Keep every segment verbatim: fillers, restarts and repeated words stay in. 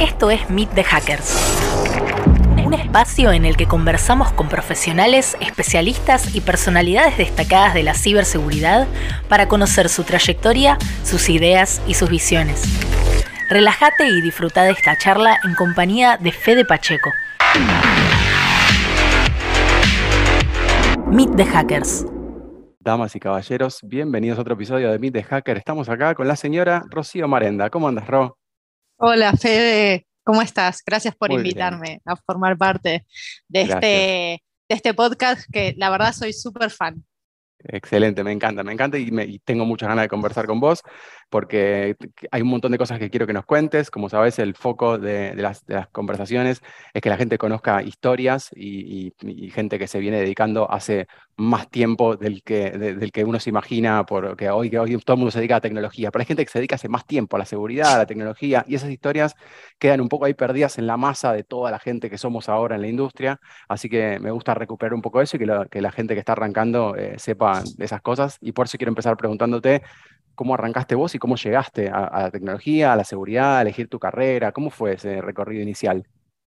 Esto es Meet the Hackers, un espacio en el que conversamos con profesionales, especialistas y personalidades destacadas de la ciberseguridad para conocer su trayectoria, sus ideas y sus visiones. Relájate y disfruta de esta charla en compañía de Fede Pacheco. Meet the Hackers. Damas y caballeros, bienvenidos a otro episodio de Meet the Hacker. Estamos acá con la señora Rocío Marenda. ¿Cómo andas, Ro? Hola, Fede. ¿Cómo estás? Gracias por Muy invitarme bien. a formar parte de este, Gracias. de este podcast que la verdad soy súper fan. Excelente, me encanta, me encanta y, me- y tengo muchas ganas de conversar con vos porque t- hay un montón de cosas que quiero que nos cuentes. Como sabes, el foco de, de las, de las conversaciones es que la gente conozca historias y, y- y gente que se viene dedicando hace más tiempo del que, de- del que uno se imagina, porque hoy, que hoy todo el mundo se dedica a tecnología, pero hay gente que se dedica hace más tiempo a la seguridad, a la tecnología, y esas historias quedan un poco ahí perdidas en la masa de toda la gente que somos ahora en la industria. Así que me gusta recuperar un poco eso y que, lo- que la gente que está arrancando eh, sepa de esas cosas. Y por eso quiero empezar preguntándote cómo arrancaste vos y cómo llegaste a, a la tecnología, a la seguridad, a elegir tu carrera. ¿Cómo fue ese recorrido inicial?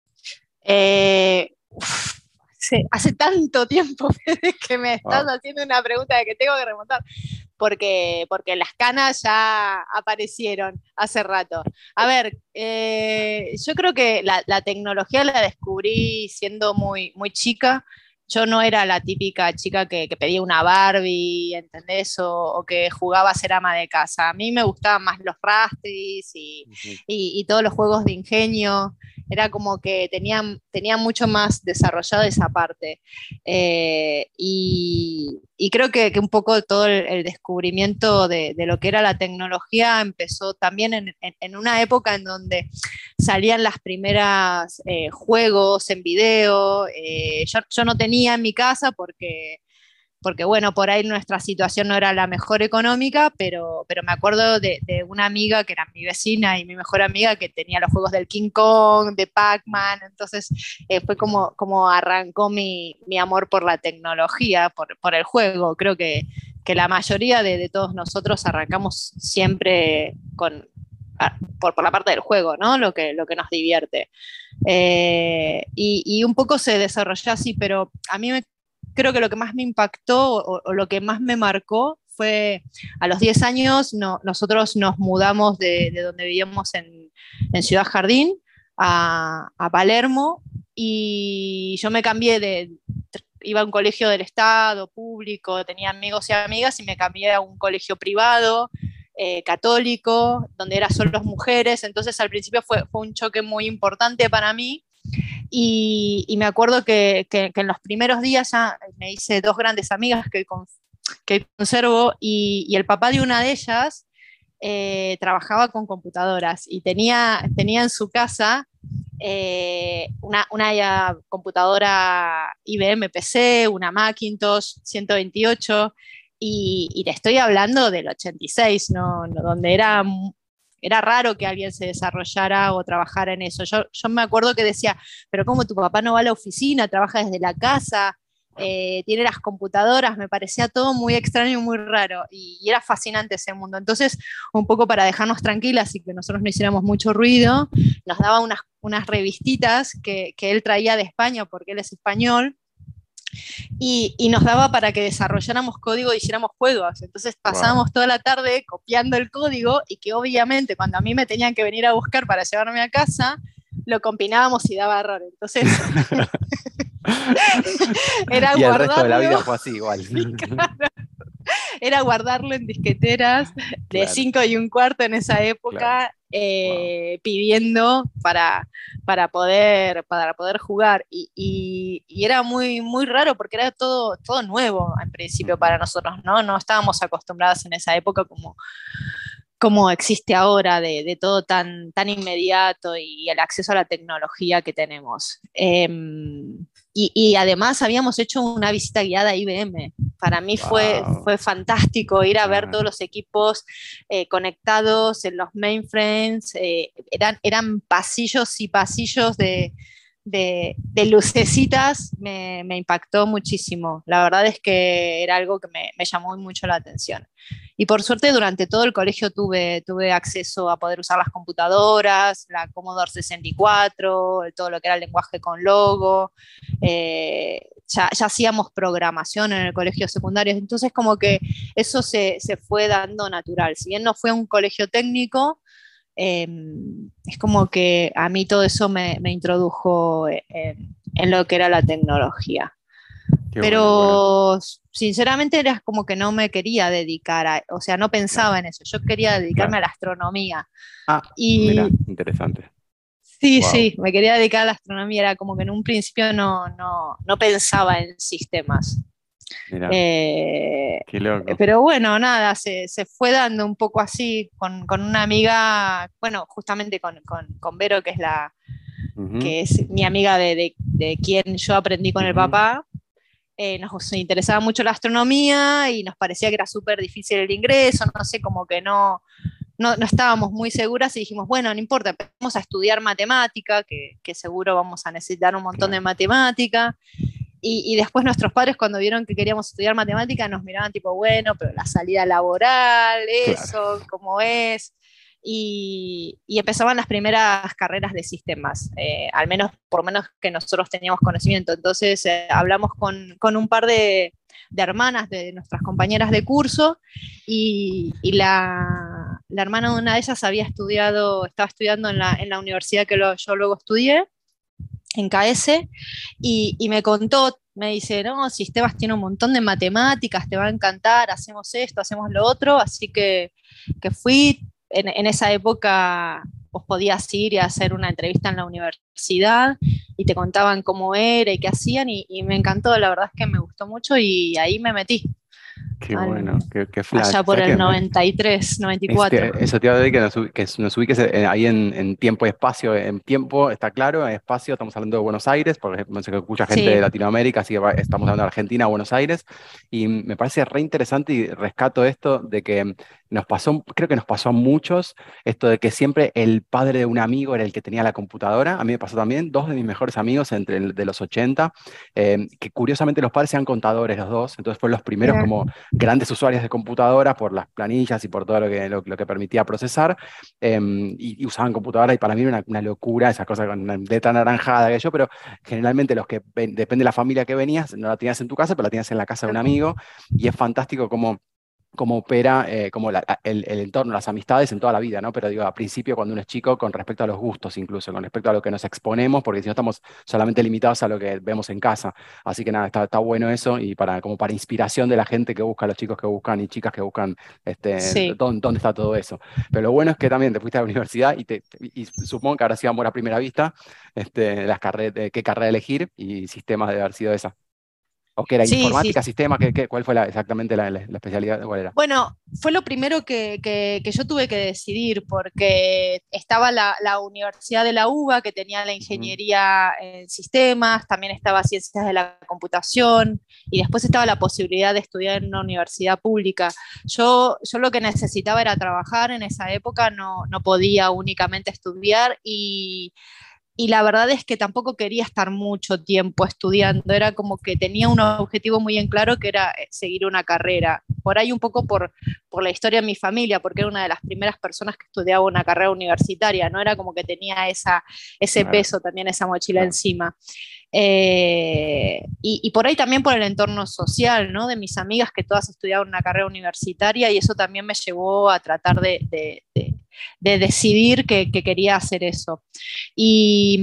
Eh, uf, hace, hace tanto tiempo Fede, que me estás Wow. haciendo una pregunta de que tengo que remontar, porque, porque las canas ya aparecieron hace rato. A ver, eh, yo creo que la, la tecnología la descubrí siendo muy, muy chica. Yo no era la típica chica que, que pedía una Barbie, ¿entendés? O, o que jugaba a ser ama de casa. A mí me gustaban más los rastris y, Ujú. y, y todos los juegos de ingenio. Era como que tenían, tenía mucho más desarrollado esa parte. Eh, y, y, creo que, que, un poco todo el, el descubrimiento de, de, lo que era la tecnología empezó también en, en, en una época en donde salían las primeras eh, juegos en video. Eh, yo, yo no tenía en mi casa porque porque bueno, por ahí nuestra situación no era la mejor económica, pero, pero me acuerdo de, de una amiga que era mi vecina y mi mejor amiga que tenía los juegos del King Kong, de Pac-Man, entonces eh, fue como, como arrancó mi, mi amor por la tecnología, por, por el juego. Creo que, que la mayoría de, de todos nosotros arrancamos siempre con, por, por la parte del juego, ¿no? Lo que, lo que nos divierte. Eh, y, y un poco se desarrolló así, pero a mí me creo que lo que más me impactó o, o lo que más me marcó fue a los diez años no, nosotros nos mudamos de, de donde vivíamos en, en Ciudad Jardín a, a Palermo y yo me cambié de, iba a un colegio del Estado, público, tenía amigos y amigas y me cambié a un colegio privado, eh, católico, donde era solo mujeres, entonces al principio fue, fue un choque muy importante para mí. Y, y me acuerdo que, que, que en los primeros días ya me hice dos grandes amigas que, con, que conservo y, y el papá de una de ellas eh, trabajaba con computadoras y tenía, tenía en su casa eh, una, una computadora I B M P C, una Macintosh ciento veintiocho y, y te estoy hablando del ochenta y seis, ¿no? Donde era era raro que alguien se desarrollara o trabajara en eso. Yo, yo me acuerdo que decía, pero ¿cómo tu papá no va a la oficina, trabaja desde la casa, eh, tiene las computadoras? Me parecía todo muy extraño y muy raro, y, y era fascinante ese mundo. Entonces, un poco para dejarnos tranquilas y que nosotros no hiciéramos mucho ruido, nos daba unas, unas revistitas que, que él traía de España, porque él es español, y, y, nos daba para que desarrolláramos código y hiciéramos juegos. Entonces pasábamos Wow. toda la tarde copiando el código y que obviamente cuando a mí me tenían que venir a buscar para llevarme a casa, lo combinábamos y daba error. Entonces era Y el resto de la guardarlo. vida fue así igual. Sí, claro. Era guardarlo en disqueteras de Claro, cinco y un cuarto en esa claro. época, Wow. eh, pidiendo para, para, poder, para poder jugar. Y, y, y era muy, muy raro porque era todo, todo nuevo en principio para Ujú. nosotros, ¿no? No estábamos acostumbrados en esa época como, como existe ahora, de, de todo tan, tan inmediato y el acceso a la tecnología que tenemos. Eh, y, y además habíamos hecho una visita guiada a I B M. Para mí fue, Wow. fue fantástico ir a ver todos Claro. los equipos eh, conectados en los mainframes. Eh, eran, eran pasillos y pasillos de, de, de lucecitas me, me impactó muchísimo. La verdad es que era algo que me, me llamó mucho la atención. Y por suerte durante todo el colegio tuve, tuve acceso a poder usar las computadoras, la Commodore sesenta y cuatro, todo lo que era el lenguaje con logo. Eh, ya, ya hacíamos programación en el colegio secundario, entonces como que eso se, se fue dando natural. Si bien no fue un colegio técnico, eh, es como que a mí todo eso me, me introdujo en, en lo que era la tecnología. Qué Pero bueno, sinceramente era como que no me quería dedicar a, o sea, no pensaba claro, en eso, yo quería dedicarme claro. a la astronomía. Ah, Y mira, interesante. sí, Wow, sí, me quería dedicar a la astronomía, era como que en un principio no, no, no pensaba en sistemas. mira, Eh, qué loco. pero bueno, nada, se, se fue dando un poco así con, con una amiga, bueno, justamente con, con, con Vero, que es, la, Ujú, que es mi amiga de, de, de quien yo aprendí con el ujú, papá. Eh, nos interesaba mucho la astronomía y nos parecía que era súper difícil el ingreso, no sé, como que no, no, no estábamos muy seguras y dijimos, bueno, no importa, empezamos a estudiar matemática, que, que seguro vamos a necesitar un montón de claro, matemática. Y, y después nuestros padres cuando vieron que queríamos estudiar matemática nos miraban tipo, bueno, pero la salida laboral, claro. eso, cómo es. Y, y empezaban las primeras carreras de sistemas, eh, al menos por lo menos que nosotros teníamos conocimiento. Entonces eh, hablamos con, con, un par de, de, hermanas de nuestras compañeras de curso y, y la, la, hermana de una de ellas había estudiado, estaba estudiando en la, en la universidad que lo, yo luego estudié, en K S, y, y me contó, me dice, no, Sistemas tiene un montón de matemáticas, te va a encantar, hacemos esto, hacemos lo otro, así que, que fui, en, en esa época vos podías ir y hacer una entrevista en la universidad y te contaban cómo era y qué hacían, y, y me encantó, la verdad es que me gustó mucho y ahí me metí, Qué al, bueno, qué, qué flash. allá por ¿Sabes el qué? Me- noventa y tres, noventa y cuatro. Este, eso te iba a decir que nos, ubi- que nos ubiques eh, ahí en, en tiempo y espacio. En tiempo está claro, en espacio estamos hablando de Buenos Aires, porque no sé que escucha gente de Sí, Latinoamérica, así que va- estamos hablando de Argentina, Buenos Aires. Y me parece re interesante y rescato esto de que nos pasó, creo que nos pasó a muchos, esto de que siempre el padre de un amigo era el que tenía la computadora. A mí me pasó también, dos de mis mejores amigos entre el- de los ochenta, eh, que curiosamente los padres eran contadores los dos, entonces fueron los primeros mira, como grandes usuarios de computadora por las planillas y por todo lo que, lo, lo que permitía procesar, eh, y, y usaban computadora y para mí era una, una locura esa cosa con una letra anaranjada que yo, pero generalmente los que, ven- depende de la familia que venías, no la tenías en tu casa, pero la tenías en la casa de un amigo y es fantástico cómo cómo opera eh, como la- el, el entorno, las amistades en toda la vida, ¿no? Pero digo, a principio cuando uno es chico, con respecto a los gustos incluso, con respecto a lo que nos exponemos, porque si no estamos solamente limitados a lo que vemos en casa. Así que nada, está, está bueno eso y para, como para inspiración de la gente que busca, los chicos que buscan y chicas que buscan, este, sí. dónde, dónde está todo eso. Pero lo bueno es que también te fuiste a la universidad y, te, y supongo que habrá sido amor a primera vista, este, las carreras, qué carrera elegir y sistemas de haber sido esa. ¿O qué era Sí, sí, informática, sistemas? ¿Qué, qué- cuál fue la- exactamente la, la- la especialidad? ¿Cuál era? bueno, fue lo primero que, que- que yo tuve que decidir porque estaba la, la Universidad de la UBA que tenía la Ujú, ingeniería en sistemas, también estaba ciencias de la computación y después estaba la posibilidad de estudiar en una universidad pública. Yo, yo lo que necesitaba era trabajar en esa época, no, no podía únicamente estudiar y y la verdad es que tampoco quería estar mucho tiempo estudiando, era como que tenía un objetivo muy en claro que era eh, seguir una carrera. Por ahí un poco por, por la historia de mi familia, porque era una de las primeras personas que estudiaba una carrera universitaria, ¿no? Era como que tenía esa, ese claro, peso también, esa mochila claro. encima. Eh, y, y, por ahí también por el entorno social, ¿no? De mis amigas que todas estudiaban una carrera universitaria y eso también me llevó a tratar de, de, de, de decidir que, que, quería hacer eso. Y,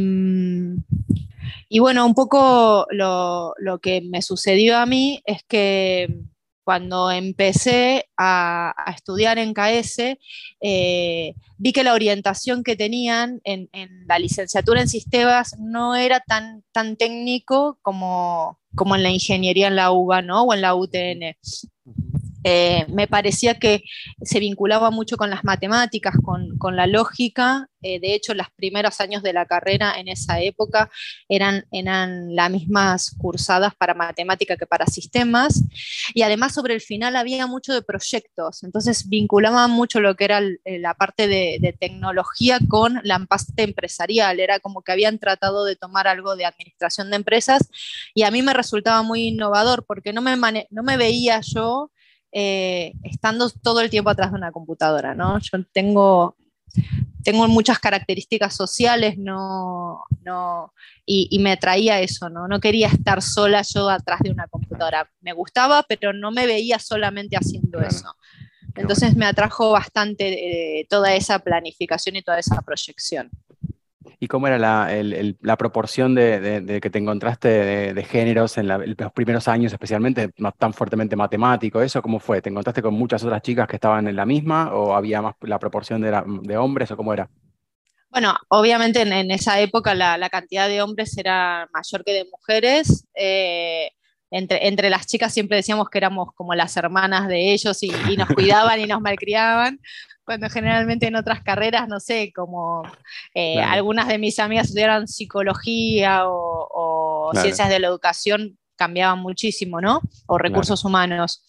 y bueno, un poco lo, lo, que me sucedió a mí es que cuando empecé a, a estudiar en K S, eh, vi que la orientación que tenían en, en, la licenciatura en sistemas no era tan, tan técnico como, como en la ingeniería en la UBA, ¿no? O en la Ujú, U T N. ujú. Eh, me parecía que se vinculaba mucho con las matemáticas, con, con la lógica. Eh, de hecho, los primeros años de la carrera en esa época eran, eran las mismas cursadas para matemática que para sistemas. Y además sobre el final había mucho de proyectos. Entonces vinculaban mucho lo que era la parte de, de tecnología con la parte empresarial. Era como que habían tratado de tomar algo de administración de empresas y a mí me resultaba muy innovador porque no me, mane- no me veía yo Eh, estando todo el tiempo atrás de una computadora, ¿no? Yo tengo, tengo muchas características sociales, no, no, y, y me atraía eso, ¿no? No quería estar sola yo atrás de una computadora. Me gustaba, pero no me veía solamente haciendo Claro. eso. Entonces bueno. me atrajo bastante eh, toda esa planificación y toda esa proyección. ¿Y cómo era la, el- el- la proporción de, de- de que te encontraste de, de géneros en la- en los primeros años, especialmente no tan fuertemente matemático? ¿Eso cómo fue? ¿Te encontraste con muchas otras chicas que estaban en la misma o había más la proporción de, la- de hombres o cómo era? Bueno, obviamente en, en esa época la, la, cantidad de hombres era mayor que de mujeres. Eh, entre, entre las chicas siempre decíamos que éramos como las hermanas de ellos y, y nos cuidaban y nos malcriaban, cuando generalmente en otras carreras, no sé, como eh, Claro, algunas de mis amigas estudiaron psicología o, o claro, ciencias de la educación, cambiaban muchísimo, ¿no? O claro. recursos humanos.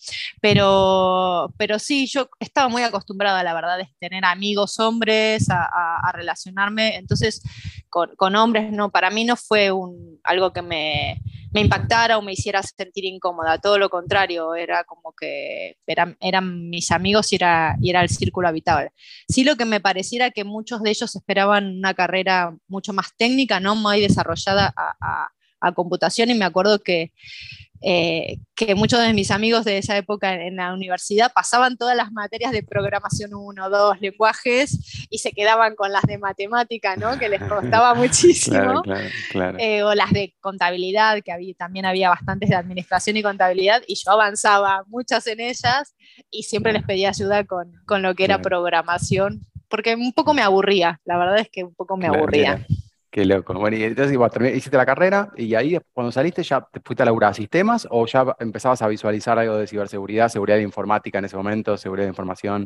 Pero, pero sí, yo estaba muy acostumbrada, la verdad, de tener amigos hombres, a, a, a relacionarme. Entonces, con, con, hombres, no, para mí no fue un, algo que me, me impactara o me hiciera sentir incómoda. Todo lo contrario, era como que eran, eran mis amigos y era, y era el círculo habitable. Sí, lo que me pareciera que muchos de ellos esperaban una carrera mucho más técnica, no muy desarrollada a, a a computación, y me acuerdo que, eh, que muchos de mis amigos de esa época en la universidad pasaban todas las materias de programación uno, dos, lenguajes, y se quedaban con las de matemática, ¿no? Que les costaba Claro, muchísimo, claro, claro. eh, o las de contabilidad, que había, también había bastantes de administración y contabilidad, y yo avanzaba muchas en ellas, y siempre les Claro, pedía ayuda con, con lo que era claro, programación, porque un poco me aburría, la verdad es que un poco me claro, aburría. mira. Qué loco. Bueno, y entonces igual, termi- hiciste la carrera y ahí cuando saliste ya te fuiste a laburar a sistemas o ya empezabas a visualizar algo de ciberseguridad, seguridad informática en ese momento, seguridad de información.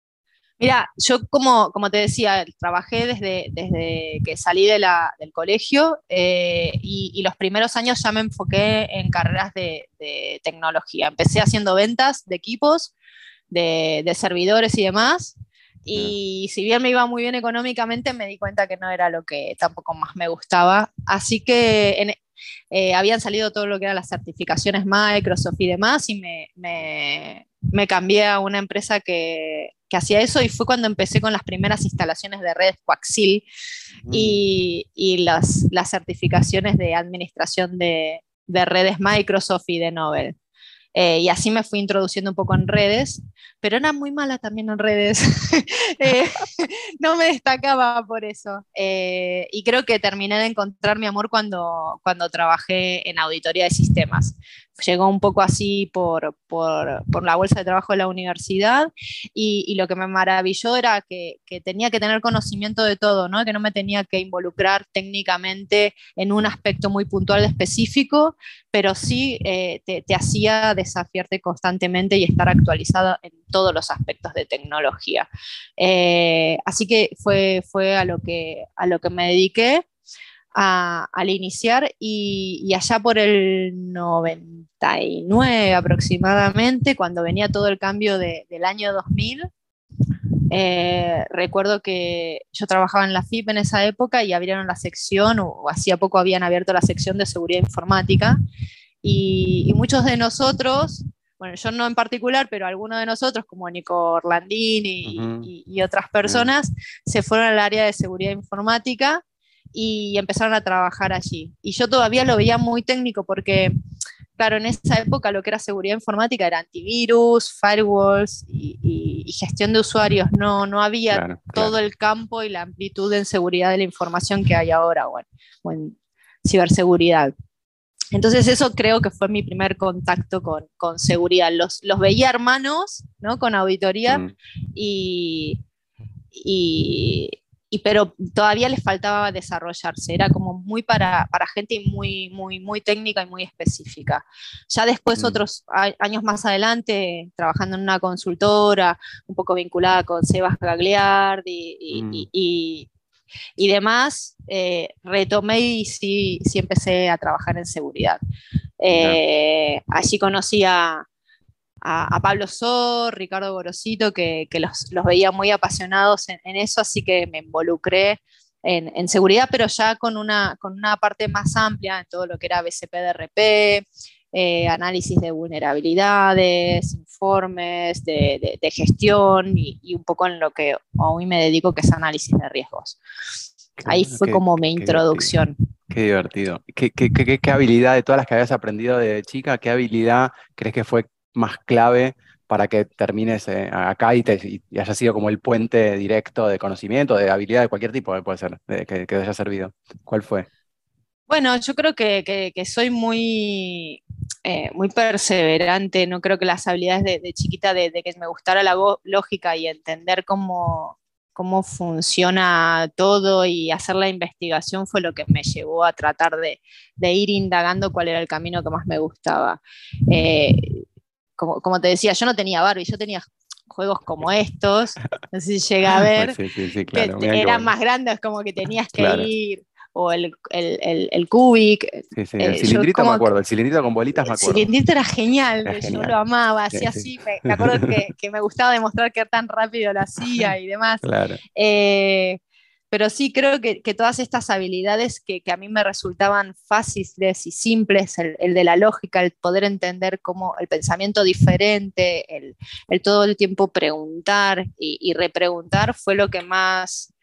Mira, yo como, como te decía, trabajé desde, desde que salí de la, del colegio eh, y, y los primeros años ya me enfoqué en carreras de, de tecnología. Empecé haciendo ventas de equipos, de, de servidores y demás. Mira, Y si bien me iba muy bien económicamente, me di cuenta que no era lo que tampoco más me gustaba. Así que en, eh, habían salido todo lo que eran las certificaciones Microsoft y demás, y me, me, me cambié a una empresa que, que, hacía eso, y fue cuando empecé con las primeras instalaciones de redes Coaxil mm, y, y las, las certificaciones de administración de, de redes Microsoft y de Novell. Eh, y así me fui introduciendo un poco en redes, pero era muy mala también en redes. eh, no me destacaba por eso. Eh, y creo que terminé de encontrar mi amor cuando, cuando trabajé en auditoría de sistemas. Llegó un poco así por, por, por la bolsa de trabajo de la universidad, y, y lo que me maravilló era que, que, tenía que tener conocimiento de todo, ¿no? Que no me tenía que involucrar técnicamente en un aspecto muy puntual específico, pero sí eh, te, te hacía desafiarte constantemente y estar actualizada en todos los aspectos de tecnología. Eh, así que fue, fue a, lo que, a lo que me dediqué a, al iniciar, y, y allá por el noventa y nueve aproximadamente, cuando venía todo el cambio de, del año dos mil, eh, recuerdo que yo trabajaba en la F I P en esa época y abrieron la sección, o hacía poco habían abierto la sección de seguridad informática, y, y muchos de nosotros, bueno, yo no en particular, pero algunos de nosotros, como Nico Orlandini y, ujú, y, y otras bien, personas, se fueron al área de seguridad informática y empezaron a trabajar allí. Y yo todavía lo veía muy técnico porque, claro, en esa época lo que era seguridad informática era antivirus, firewalls y, y, y gestión de usuarios. No, no había claro, todo claro. el campo y la amplitud en seguridad de la información que hay ahora, o en, o en ciberseguridad. Entonces eso creo que fue mi primer contacto con, con seguridad. Los, los veía hermanos, ¿no? Con auditoría, Mm, y, y, y, pero todavía les faltaba desarrollarse, era como muy para, para gente muy, muy, muy técnica y muy específica. Ya después, mm. otros a, años más adelante, trabajando en una consultora, un poco vinculada con Sebas Gagliardi y, mm. y, y, y demás, eh, retomé y sí, sí empecé a trabajar en seguridad. Eh, allí conocí a, a, a Pablo Sor, Ricardo Gorosito, que, que los, los veía muy apasionados en, en eso, así que me involucré en, en seguridad, pero ya con una, con una parte más amplia en todo lo que era B C P D R P, eh, análisis de vulnerabilidades, informes de, de, de gestión y, y un poco en lo que hoy me dedico, que es análisis de riesgos. Qué Ahí bueno, fue qué, como mi qué introducción. Divertido. Qué divertido. ¿Qué, qué, qué, ¿Qué habilidad de todas las que habías aprendido de chica, qué habilidad crees que fue más clave para que termines eh, acá y, te, y haya sido como el puente directo de conocimiento, de habilidad de cualquier tipo, puede ser, de, que, que te haya servido? ¿Cuál fue? Bueno, yo creo que, que, que soy muy, eh, muy perseverante. No creo que las habilidades de, de chiquita, de, de que me gustara la lógica y entender cómo, cómo funciona todo y hacer la investigación, fue lo que me llevó a tratar de, de ir indagando cuál era el camino que más me gustaba. Eh, como, como te decía, yo no tenía Barbie, yo tenía juegos como estos, no sé si llega a ver, sí, sí, sí, claro. que eran bueno. más grandes, como que tenías que claro. ir, o el, el, el, el Cubic. Sí, sí, el cilindrito eh, me acuerdo, el cilindrito con bolitas me acuerdo. El cilindrito era genial, era yo genial. lo amaba, hacía sí, así, sí. me, me acuerdo que, que me gustaba demostrar que tan rápido lo hacía y demás. Claro. Eh, pero sí, creo que, que todas estas habilidades que, que a mí me resultaban fáciles y simples, el, el de la lógica, el poder entender cómo el pensamiento diferente, el, el todo el tiempo preguntar y, y repreguntar, fue lo que más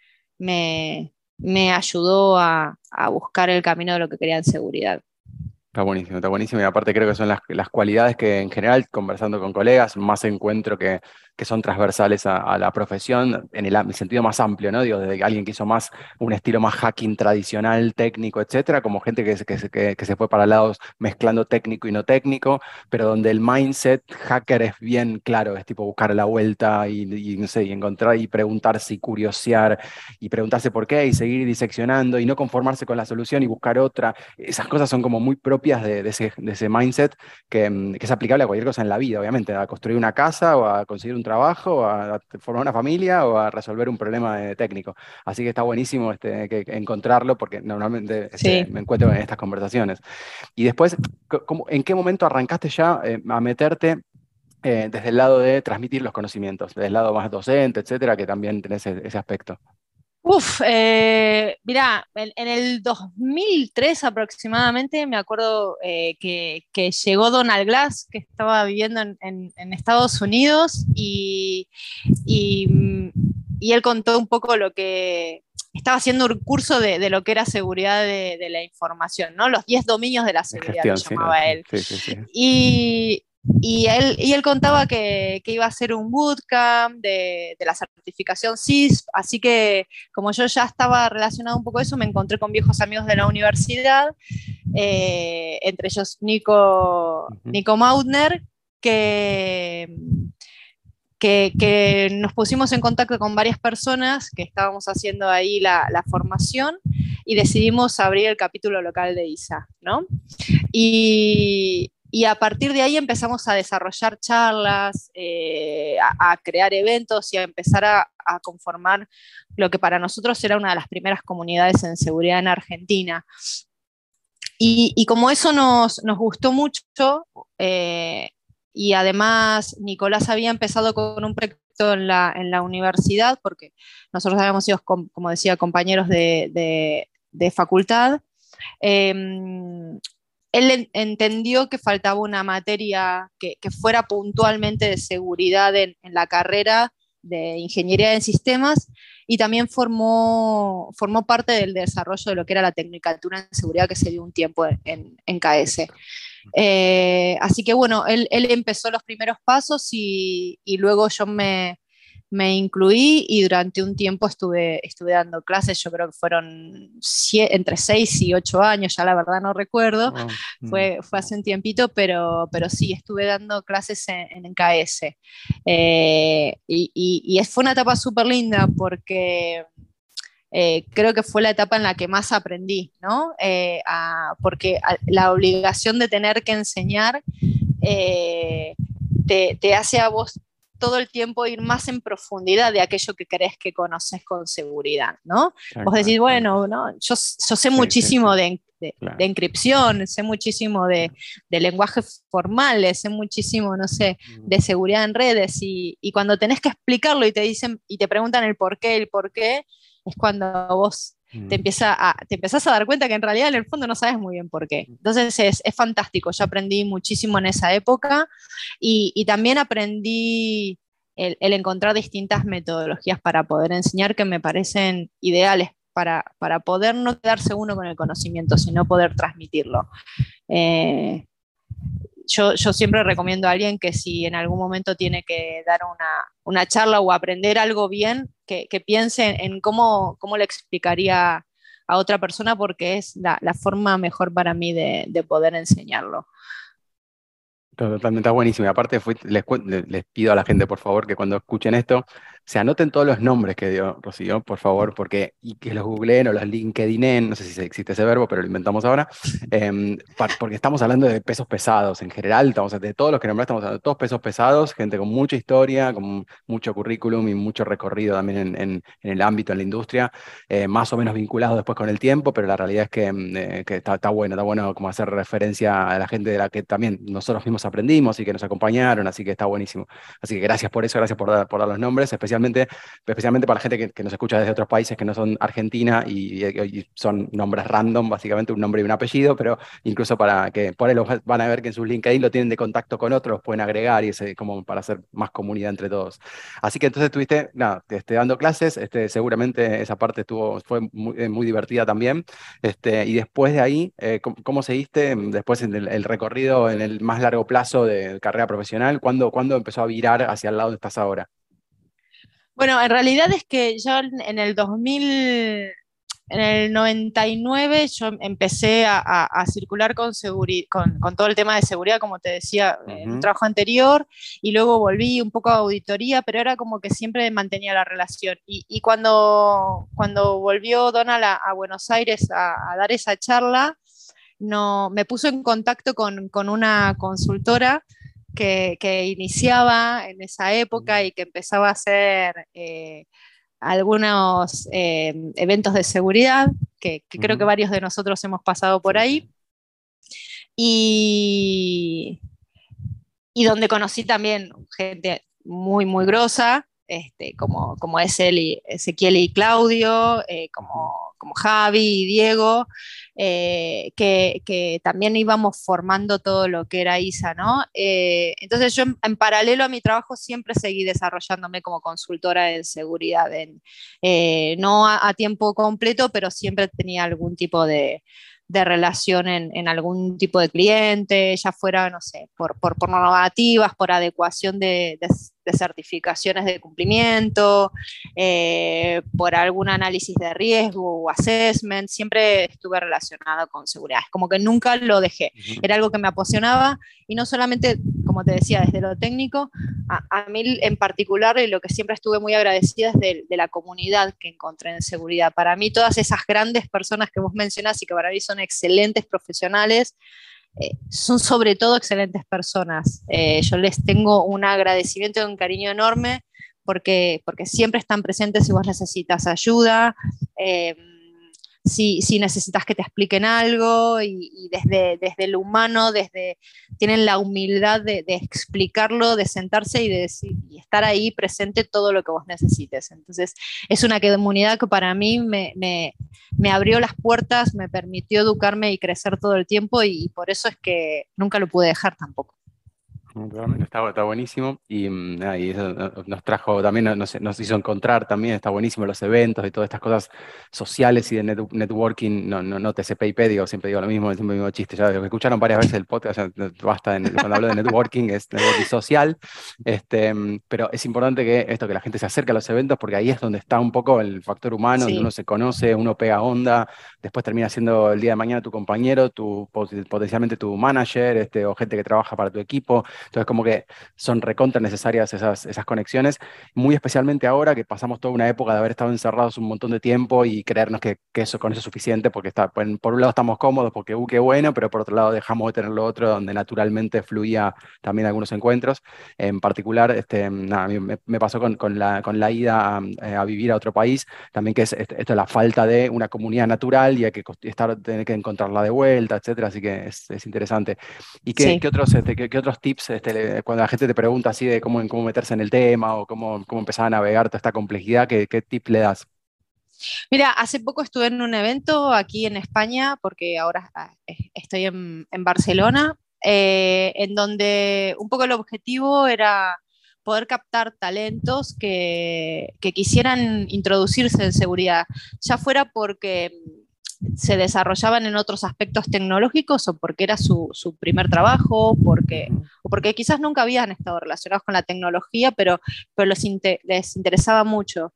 me, me ayudó a, a buscar el camino de lo que quería en seguridad. Está buenísimo, está buenísimo, y aparte creo que son las, las cualidades que en general, conversando con colegas, más encuentro que, que son transversales a, a la profesión, en el, el sentido más amplio, ¿no? Digo, desde alguien que hizo más un estilo más hacking tradicional, técnico, etcétera, como gente que, que, que, que se fue para lados mezclando técnico y no técnico, pero donde el mindset hacker es bien claro, es tipo buscar la vuelta y, y no sé, y encontrar y preguntarse y curiosear y preguntarse por qué y seguir diseccionando y no conformarse con la solución y buscar otra. Esas cosas son como muy propias De, de, ese, de ese mindset que, que es aplicable a cualquier cosa en la vida, obviamente, a construir una casa o a conseguir un trabajo, o a, a formar una familia o a resolver un problema eh, técnico. Así que está buenísimo este, que, que encontrarlo, porque normalmente este, sí. me encuentro en estas conversaciones. Y después, ¿cómo, ¿en qué momento arrancaste ya eh, a meterte eh, desde el lado de transmitir los conocimientos, desde el lado más docente, etcétera, que también tenés ese, ese aspecto? Uf, eh, mirá, en, en el dos mil tres aproximadamente me acuerdo eh, que, que llegó Donald Glass, que estaba viviendo en, en, en Estados Unidos, y, y, y él contó un poco lo que estaba haciendo un curso de, de lo que era seguridad de, de la información, ¿no? Los diez dominios de la seguridad, gestión, lo llamaba sí, no, él. Sí, sí, sí. Y, Y él, y él contaba que, que iba a hacer un bootcamp de, de la certificación C I S P, así que como yo ya estaba relacionado un poco a eso, me encontré con viejos amigos de la universidad, eh, entre ellos Nico, uh-huh. Nico Mautner, que, que, que nos pusimos en contacto con varias personas que estábamos haciendo ahí la, la formación y decidimos abrir el capítulo local de I S A, ¿no? Y... Y a partir de ahí empezamos a desarrollar charlas, eh, a, a crear eventos y a empezar a, a conformar lo que para nosotros era una de las primeras comunidades en seguridad en Argentina. Y, y como eso nos, nos gustó mucho, eh, y además Nicolás había empezado con un proyecto en la, en la universidad, porque nosotros habíamos sido, como decía, compañeros de, de, de facultad, eh, él entendió que faltaba una materia que, que fuera puntualmente de seguridad en, en la carrera de ingeniería en sistemas, y también formó, formó parte del desarrollo de lo que era la tecnicatura en seguridad que se dio un tiempo en, en K S. Eh, así que bueno, él, él empezó los primeros pasos y, y luego yo me, me incluí y durante un tiempo estuve, estuve dando clases. Yo creo que fueron siete, entre seis y ocho años, ya la verdad no recuerdo, wow. fue, fue hace un tiempito, pero, pero sí, estuve dando clases en, en K S. Eh, y, y, y fue una etapa súper linda porque eh, creo que fue la etapa en la que más aprendí, ¿no? Eh, a, porque a, la obligación de tener que enseñar eh, te, te hace a vos todo el tiempo ir más en profundidad de aquello que crees que conoces con seguridad, ¿no? Vos decís, bueno, ¿no? yo, yo sé sí, muchísimo sí, sí. de... De, claro. de encripción, sé muchísimo de, de lenguajes formales, sé muchísimo, no sé, de seguridad en redes, y, y cuando tenés que explicarlo y te dicen, y te preguntan el por qué, el por qué, es cuando vos te, empieza a, te empezás a dar cuenta que en realidad en el fondo no sabes muy bien por qué. Entonces es, es fantástico, yo aprendí muchísimo en esa época, y, y también aprendí el, el encontrar distintas metodologías para poder enseñar que me parecen ideales Para, para poder no quedarse uno con el conocimiento, sino poder transmitirlo. Eh, yo, yo siempre recomiendo a alguien que si en algún momento tiene que dar una, una charla o aprender algo bien, que, que piense en cómo, cómo le explicaría a otra persona, porque es la, la forma mejor para mí de, de poder enseñarlo. Totalmente, está buenísimo. Y aparte fui, les, les pido a la gente, por favor, que cuando escuchen esto, se anoten todos los nombres que dio Rocío, por favor, porque, y que los googleen o los linkedinen, no sé si existe ese verbo, pero lo inventamos ahora, eh, porque estamos hablando de pesos pesados en general, estamos, de todos los que nombraste, estamos hablando de todos pesos pesados, gente con mucha historia, con mucho currículum y mucho recorrido también en, en, en el ámbito, en la industria, eh, más o menos vinculado después con el tiempo, pero la realidad es que, eh, que está, está bueno, está bueno como hacer referencia a la gente de la que también nosotros mismos aprendimos y que nos acompañaron, así que está buenísimo. Así que gracias por eso, gracias por dar, por dar los nombres, especialmente, especialmente para la gente que, que nos escucha desde otros países que no son Argentina y, y, y son nombres random, básicamente un nombre y un apellido, pero incluso para que por ahí lo van a ver que en sus LinkedIn lo tienen de contacto con otros, pueden agregar y ese, como para hacer más comunidad entre todos. Así que entonces estuviste, nada, este, dando clases, este, seguramente esa parte estuvo, fue muy, muy divertida también, este, y después de ahí, eh, ¿cómo, ¿cómo seguiste después en el, el recorrido en el más largo plazo de carrera profesional? ¿Cuándo, ¿Cuándo empezó a virar hacia el lado donde estás ahora? Bueno, en realidad es que yo en el dos mil, en el noventa y nueve yo empecé a, a, a circular con, con, con todo el tema de seguridad, como te decía, uh-huh. en un trabajo anterior, y luego volví un poco a auditoría, pero era como que siempre mantenía la relación. Y, y cuando, cuando volvió Donald a, a Buenos Aires a, a dar esa charla, no, me puso en contacto con, con una consultora que, que iniciaba en esa época y que empezaba a hacer eh, algunos eh, eventos de seguridad, que, que uh-huh. creo que varios de nosotros hemos pasado por sí, ahí, sí. Y, y donde conocí también gente muy, muy grosa, este, como, como es él y Ezequiel y Claudio, eh, como, como Javi y Diego, eh, que, que también íbamos formando todo lo que era I S A, ¿no? Eh, entonces yo en, en paralelo a mi trabajo siempre seguí desarrollándome como consultora en seguridad, en, eh, no a, a tiempo completo, pero siempre tenía algún tipo de, de relación en, en algún tipo de cliente, ya fuera, no sé, por, por, por normativas, por adecuación de, de, de certificaciones de cumplimiento, eh, por algún análisis de riesgo o assessment, siempre estuve relacionada con seguridad, es como que nunca lo dejé, uh-huh. era algo que me apasionaba, y no solamente, como te decía, desde lo técnico, a, a mí en particular, y lo que siempre estuve muy agradecida es de, de la comunidad que encontré en seguridad. Para mí todas esas grandes personas que vos mencionás y que para mí son excelentes profesionales, eh, son sobre todo excelentes personas. Eh, yo les tengo un agradecimiento y un cariño enorme porque, porque siempre están presentes si vos necesitas ayuda, eh, si, si necesitas que te expliquen algo, y, y desde, desde lo humano, desde, tienen la humildad de, de explicarlo, de sentarse y de decir, y estar ahí presente todo lo que vos necesites. Entonces es una comunidad que para mí me, me, me abrió las puertas, me permitió educarme y crecer todo el tiempo, y, y por eso es que nunca lo pude dejar tampoco. Está, está buenísimo, y, y eso nos trajo también, nos, nos hizo encontrar también, está buenísimo los eventos y todas estas cosas sociales y de net, networking, no, no, no T C P I P, digo, siempre digo lo mismo, siempre el mismo chiste, ya lo que escucharon varias veces el podcast, ya basta en, cuando hablo de networking, es networking social, este, pero es importante que esto, que la gente se acerque a los eventos, porque ahí es donde está un poco el factor humano, sí. donde uno se conoce, uno pega onda, después termina siendo el día de mañana tu compañero, tu, potencialmente tu manager, este, o gente que trabaja para tu equipo. Entonces, como que son recontra necesarias esas, esas conexiones, muy especialmente ahora que pasamos toda una época de haber estado encerrados un montón de tiempo y creernos que, que eso con eso es suficiente, porque está, por por un lado estamos cómodos, porque, uh, qué bueno, pero por otro lado dejamos de tener lo otro, donde naturalmente fluía también algunos encuentros. En particular, este, nada, a mí me, me pasó con, con la, con la ida a, eh, a vivir a otro país, también que es este- esto, la falta de una comunidad natural y hay que cos- estar, tener que encontrarla de vuelta, etcétera, así que es, es interesante. ¿Y qué, Sí. qué otros, este, qué, qué otros tips, este, le- cuando la gente te pregunta así de cómo, cómo meterse en el tema o cómo, cómo empezar a navegar toda esta complejidad, qué, qué tip le das? Mira, hace poco estuve en un evento aquí en España, porque ahora ah, eh, estoy en, en Barcelona, eh, en donde un poco el objetivo era poder captar talentos que, que quisieran introducirse en seguridad, ya fuera porque se desarrollaban en otros aspectos tecnológicos o porque era su, su primer trabajo, porque, Ujú. o porque quizás nunca habían estado relacionados con la tecnología, pero, pero les, inte- les interesaba mucho.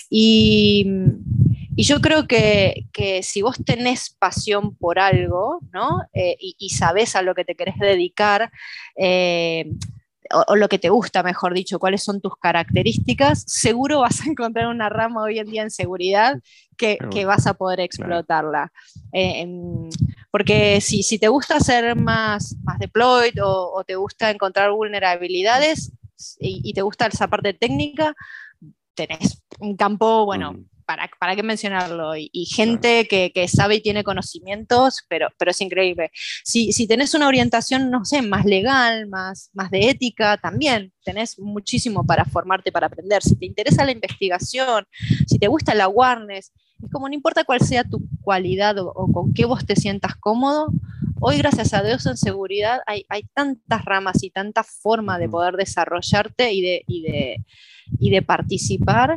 Y, y yo creo que, que, si vos tenés pasión por algo, ¿no? Eh, y, y sabés a lo que te querés dedicar, eh, o, o, lo que te gusta, mejor dicho, cuáles son tus características, seguro vas a encontrar una rama hoy en día en seguridad que, Pero que bueno, vas a poder claro. explotarla. Eh, en, porque si, si, te gusta hacer más, más deployed o, o te gusta encontrar vulnerabilidades y, y te gusta esa parte técnica, tenés un campo, bueno, Mm, ¿para, para qué mencionarlo? Y, y claro. gente que, que sabe y tiene conocimientos, pero, pero es increíble. Si, si tenés una orientación, no sé, más legal, más, más de ética, también tenés muchísimo para formarte, para aprender. Si te interesa la investigación, si te gusta la awareness, es como no importa cuál sea tu cualidad o, o con qué vos te sientas cómodo, hoy, gracias a Dios, en seguridad hay, hay tantas ramas y tanta forma de Ujú. poder desarrollarte y de, y de, y de participar,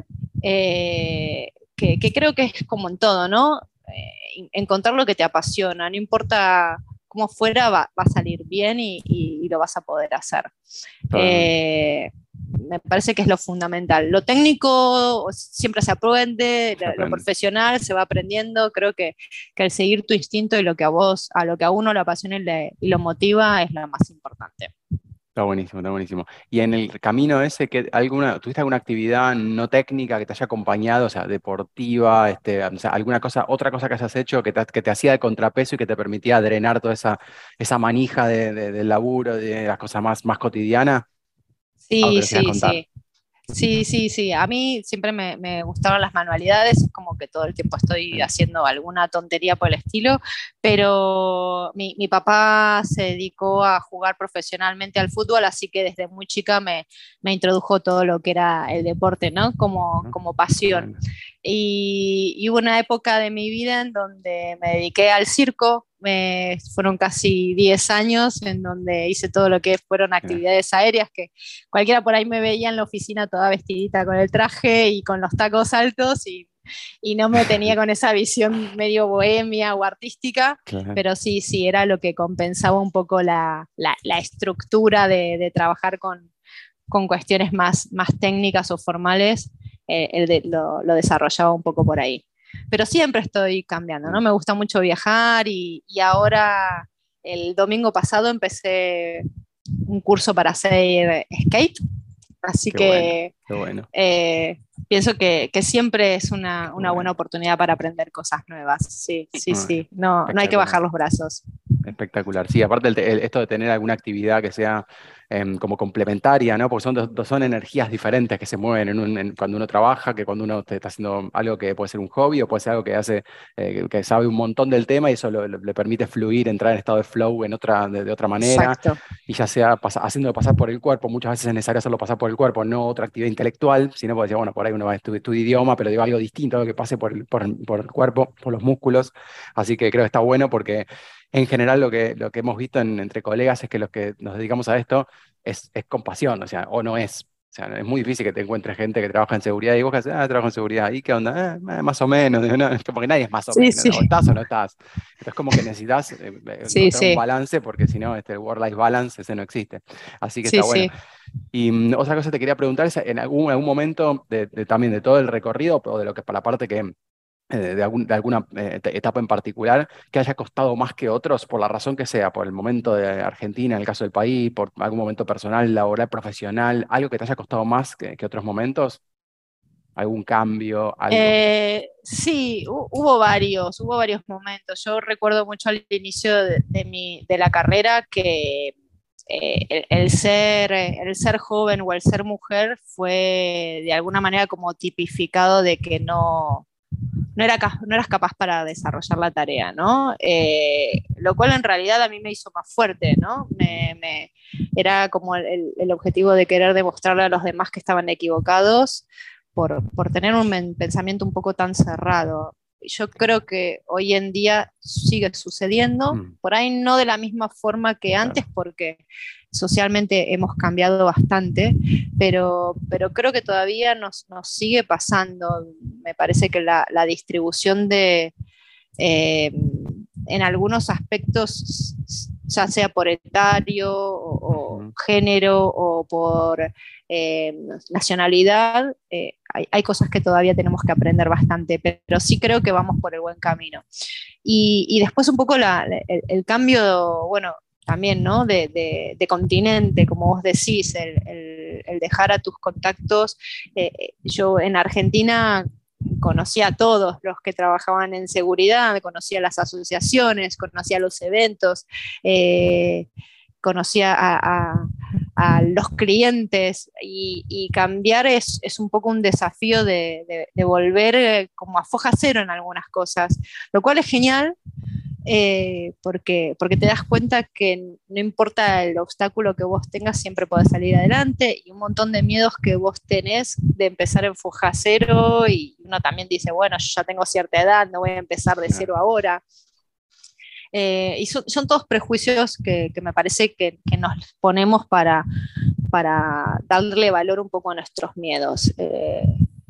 eh, que, que creo que es como en todo, ¿no? Eh, encontrar lo que te apasiona, no importa cómo fuera, va, va a salir bien y, y, y, lo vas a poder hacer. Totalmente. Eh, me parece que es lo fundamental. Lo técnico siempre se aprende, Se lo aprende. profesional se va aprendiendo. Creo que, que el seguir tu instinto y lo que a vos, a lo que a uno lo apasiona y, le, y lo motiva es lo más importante. Está buenísimo, está buenísimo. Y en el camino ese, ¿qué, alguna, ¿tuviste alguna actividad no técnica que te haya acompañado, o sea, deportiva, este, o sea, alguna cosa, otra cosa que hayas hecho que te, que te hacía de contrapeso y que te permitía drenar toda esa, esa manija de, de- del laburo, de las cosas más, más cotidianas? Algo que Sí, nos quieras sí, contar. sí. Sí, sí, sí. A mí siempre me, me gustaron las manualidades, es como que todo el tiempo estoy Sí. haciendo alguna tontería por el estilo, pero mi, mi papá se dedicó a jugar profesionalmente al fútbol, así que desde muy chica me, me introdujo todo lo que era el deporte, ¿no? Como, Ujú. como pasión. Bueno, Y, y hubo una época de mi vida en donde me dediqué al circo. Me, fueron casi diez años en donde hice todo lo que fueron bien. actividades aéreas, que cualquiera por ahí me veía en la oficina toda vestidita con el traje y con los tacos altos y, y no me tenía con esa visión medio bohemia o artística, Claro. pero sí, sí, era lo que compensaba un poco la, la, la estructura de, de trabajar con, con cuestiones más, más técnicas o formales, eh, el de, lo, lo desarrollaba un poco por ahí. Pero siempre estoy cambiando, ¿no? Me gusta mucho viajar y, y ahora el domingo pasado empecé un curso para hacer skate, así Qué bueno, que qué bueno, eh, pienso que, que, siempre es una, qué una, buena bueno. oportunidad para aprender cosas nuevas. Sí, sí, Muy bien. sí, no, no hay que Espectacular. bajar los brazos. Espectacular. Sí, aparte el, el- esto de tener alguna actividad que sea em, como complementaria, ¿no? Porque son, dos, dos- son energías diferentes que se mueven en un- en- cuando uno trabaja, que cuando uno te está haciendo algo que puede ser un hobby o puede ser algo que hace, eh, que, que sabe un montón del tema y eso lo- lo- le permite fluir, entrar en estado de flow en otra, de, de otra manera. Exacto. Y ya sea pasa- haciéndolo pasar por el cuerpo, muchas veces es necesario hacerlo pasar por el cuerpo, no otra actividad intelectual, sino porque decir, bueno, por ahí uno va a estudiar estudia idioma, pero digo algo distinto, algo que pase por el, por, por el cuerpo, por los músculos. Así que creo que está bueno porque en general lo que, lo que hemos visto en- entre colegas es que los que nos dedicamos a esto es, es con pasión, o sea, o no es. O sea, es muy difícil que te encuentres gente que trabaja en seguridad y vos que haces, ah, trabajo en seguridad, ¿y qué onda? "Eh, eh, más o menos", digo, no, es como que nadie es más o Sí, menos, sí, o estás o no estás. Entonces como que necesitas eh, eh, sí, encontrar un sí, balance porque si no, este work-life balance ese no existe. Así que está sí, bueno. sí. Y mm, otra cosa que te quería preguntar es, en algún, algún momento de, de- también de todo el recorrido, o de lo que para la parte que eh, de, algún- de alguna eh, te- etapa en particular que haya costado más que otros, por la razón que sea, por el momento de Argentina, en el caso del país, por algún momento personal, laboral, profesional, algo que te haya costado más que, que otros momentos, algún cambio, algo. Eh, sí, hu- hubo varios, hubo varios momentos. Yo recuerdo mucho al inicio de, de mi, de la carrera que eh, el, el ser, el ser joven o el ser mujer fue de alguna manera como tipificado de que no, no, era, ca- no eras capaz para desarrollar la tarea, ¿no? Eh, lo cual en realidad a mí me hizo más fuerte, ¿no? Me, me- era como el, el- el objetivo de querer demostrarle a los demás que estaban equivocados por, por tener un men- pensamiento un poco tan cerrado. Yo creo que hoy en día sigue sucediendo, Mm, por ahí no de la misma forma que antes, claro. porque socialmente hemos cambiado bastante, pero, pero creo que todavía nos, nos sigue pasando. Me parece que la, la distribución de, eh, en algunos aspectos, ya sea por etario o, o Ujú. género o por eh, nacionalidad, eh, hay, hay, cosas que todavía tenemos que aprender bastante, pero sí creo que vamos por el buen camino. Y, y después un poco la, el, el, cambio, bueno, también, ¿no? De, de, de, continente, como vos decís, el, el, el dejar a tus contactos. Eh, yo en Argentina conocía a todos los que trabajaban en seguridad, conocía las asociaciones, conocía los eventos, eh, conocía a, a, a, los clientes y, y cambiar es, es, un poco un desafío de, de, de volver como a foja cero en algunas cosas, lo cual es genial. Eh, porque, porque te das cuenta que no importa el obstáculo que vos tengas, siempre podés salir adelante y un montón de miedos que vos tenés de empezar en foja cero y uno también dice, bueno, yo ya tengo cierta edad, no voy a empezar de cero ahora. Eh, y son, son, todos prejuicios que, que me parece que, que, nos ponemos para, para darle valor un poco a nuestros miedos. Eh,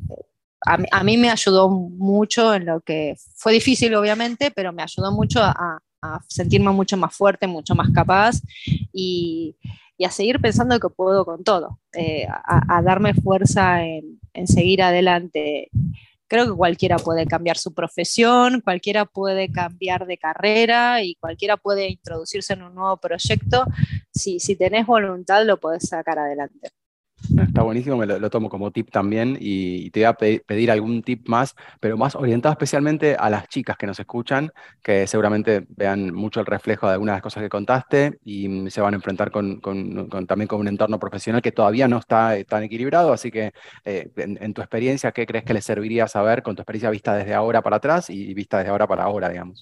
A, a, mí me ayudó mucho en lo que fue difícil, obviamente, pero me ayudó mucho a, a sentirme mucho más fuerte, mucho más capaz y, y a seguir pensando que puedo con todo, eh, a, a, darme fuerza en, en seguir adelante. Creo que cualquiera puede cambiar su profesión, cualquiera puede cambiar de carrera y cualquiera puede introducirse en un nuevo proyecto. Si, si tenés voluntad, lo podés sacar adelante. Está buenísimo, me lo, lo tomo como tip también y, y te voy a pe- pedir algún tip más, pero más orientado especialmente a las chicas que nos escuchan, que seguramente vean mucho el reflejo de algunas de las cosas que contaste y mm, se van a enfrentar con, con- con- también con un entorno profesional que todavía no está eh, tan equilibrado, así que eh, en, en tu experiencia, ¿qué crees que les serviría saber con tu experiencia vista desde ahora para atrás y vista desde ahora para ahora, digamos?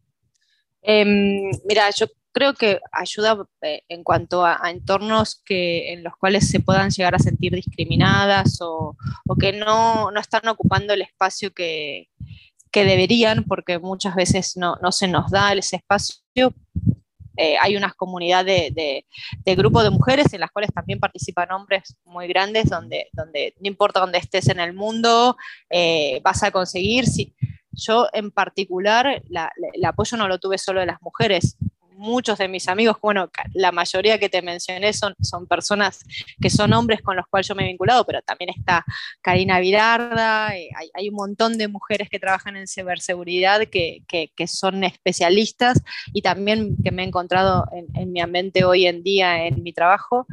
Eh, mira, yo creo que ayuda eh, en cuanto a, a, entornos que, en los cuales se puedan llegar a sentir discriminadas o, o que no, no, están ocupando el espacio que, que deberían, porque muchas veces no, no, se nos da ese espacio. Eh, hay unas comunidades de, de, de grupos de mujeres en las cuales también participan hombres muy grandes, donde, donde no importa dónde estés en el mundo, eh, vas a conseguir. Si, yo en particular, la, la, el apoyo no lo tuve solo de las mujeres. Muchos de mis amigos, bueno, la mayoría que te mencioné son, son personas que son hombres con los cuales yo me he vinculado, pero también está Karina Virarda, eh, hay, hay, un montón de mujeres que trabajan en ciberseguridad que, que, que son especialistas y también que me he encontrado en, en mi ambiente hoy en día en mi trabajo.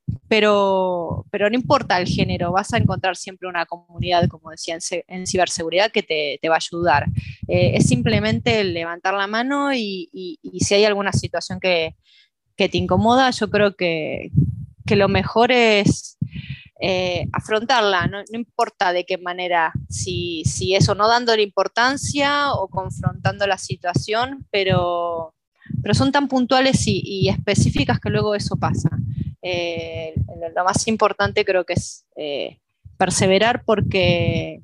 Pero, pero no importa el género, vas a encontrar siempre una comunidad, como decía, en, en ciberseguridad que te, te, va a ayudar. Eh, es simplemente levantar la mano y, y, y si hay alguna situación que, que te incomoda, yo creo que, que lo mejor es eh, afrontarla, no, no importa de qué manera, si, si eso no dándole importancia o confrontando la situación, pero, pero son tan puntuales y, y específicas que luego eso pasa. Eh, lo más importante creo que es eh, perseverar porque